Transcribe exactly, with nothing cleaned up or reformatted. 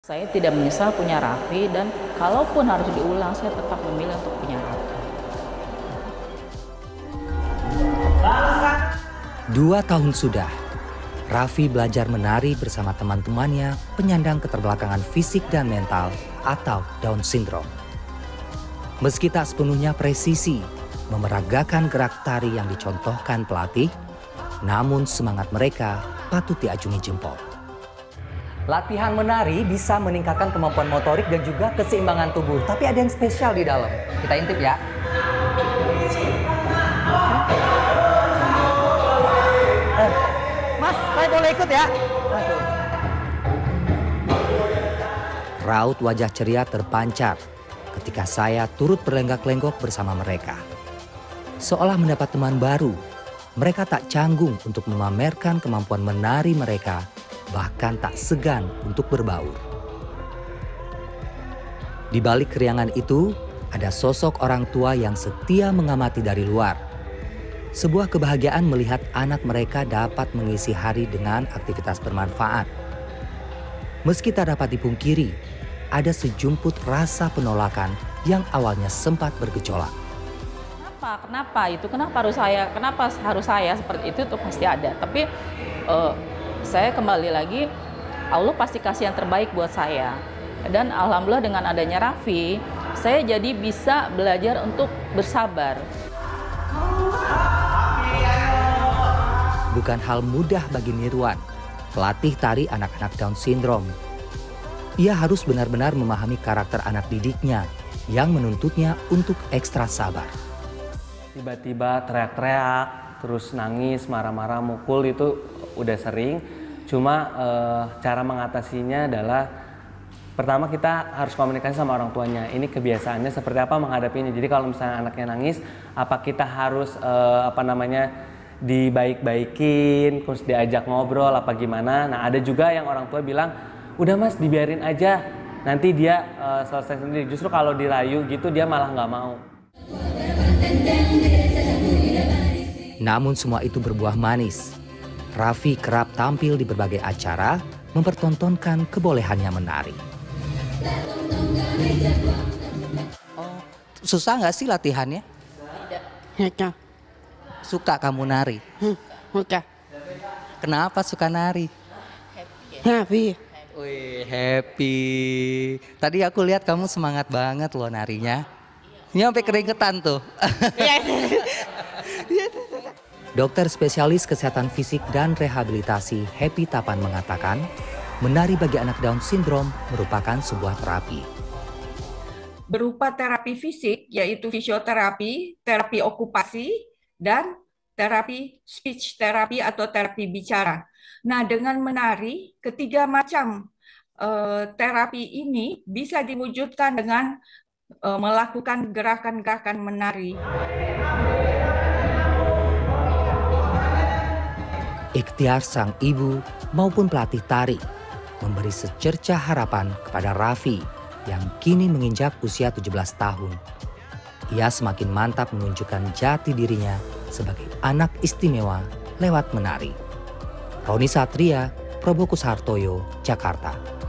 Saya tidak menyesal punya Raffi dan kalaupun harus diulang saya tetap memilih untuk punya Raffi. Dua tahun sudah, Raffi belajar menari bersama teman-temannya penyandang keterbelakangan fisik dan mental atau Down Syndrome. Meski tak sepenuhnya presisi, memeragakan gerak tari yang dicontohkan pelatih, namun semangat mereka patut diacungi jempol. Latihan menari bisa meningkatkan kemampuan motorik dan juga keseimbangan tubuh. Tapi ada yang spesial di dalam. Kita intip ya. Eh, Mas, saya boleh ikut ya? Aduh. Raut wajah ceria terpancar ketika saya turut berlenggak-lenggok bersama mereka. Seolah mendapat teman baru, mereka tak canggung untuk memamerkan kemampuan menari mereka, bahkan tak segan untuk berbaur. Di balik keriangan itu, ada sosok orang tua yang setia mengamati dari luar. Sebuah kebahagiaan melihat anak mereka dapat mengisi hari dengan aktivitas bermanfaat. Meski tak dapat dipungkiri, ada sejumput rasa penolakan yang awalnya sempat bergejolak. Kenapa? Kenapa itu? Kenapa harus saya? Kenapa harus saya seperti itu? Itu pasti ada. Tapi uh, saya kembali lagi, Allah pasti kasih yang terbaik buat saya. Dan alhamdulillah dengan adanya Raffi, saya jadi bisa belajar untuk bersabar. Bukan hal mudah bagi Nirwan, pelatih tari anak-anak Down Syndrome. Ia harus benar-benar memahami karakter anak didiknya yang menuntutnya untuk ekstra sabar. Tiba-tiba teriak-teriak, terus nangis, marah-marah, mukul itu udah sering. Cuma eh, cara mengatasinya adalah pertama kita harus komunikasi sama orang tuanya. Ini kebiasaannya seperti apa menghadapinya. Jadi kalau misalnya anaknya nangis, apa kita harus eh, apa namanya dibaik-baikin, terus diajak ngobrol apa gimana. Nah ada juga yang orang tua bilang, udah mas dibiarin aja, nanti dia eh, selesai sendiri. Justru kalau dirayu gitu dia malah nggak mau. Namun semua itu berbuah manis. Raffi kerap tampil di berbagai acara, mempertontonkan kebolehannya menari. Oh, susah nggak sih latihannya? Tidak. Suka kamu nari? Hmm, suka. Kenapa suka nari? Happy. Wih, happy. Tadi aku lihat kamu semangat banget loh narinya. Ini sampai keringetan tuh. Dokter spesialis kesehatan fisik dan rehabilitasi Happy Tapan mengatakan, menari bagi anak Down Syndrome merupakan sebuah terapi. Berupa terapi fisik, yaitu fisioterapi, terapi okupasi, dan terapi speech terapi atau terapi bicara. Nah, dengan menari, ketiga macam uh, terapi ini bisa diwujudkan dengan uh, melakukan gerakan-gerakan menari. Ikhtiar sang ibu maupun pelatih tari memberi secercah harapan kepada Raffi yang kini menginjak usia tujuh belas tahun. Ia semakin mantap menunjukkan jati dirinya sebagai anak istimewa lewat menari. Roni Satria, Probokus Hartoyo, Jakarta.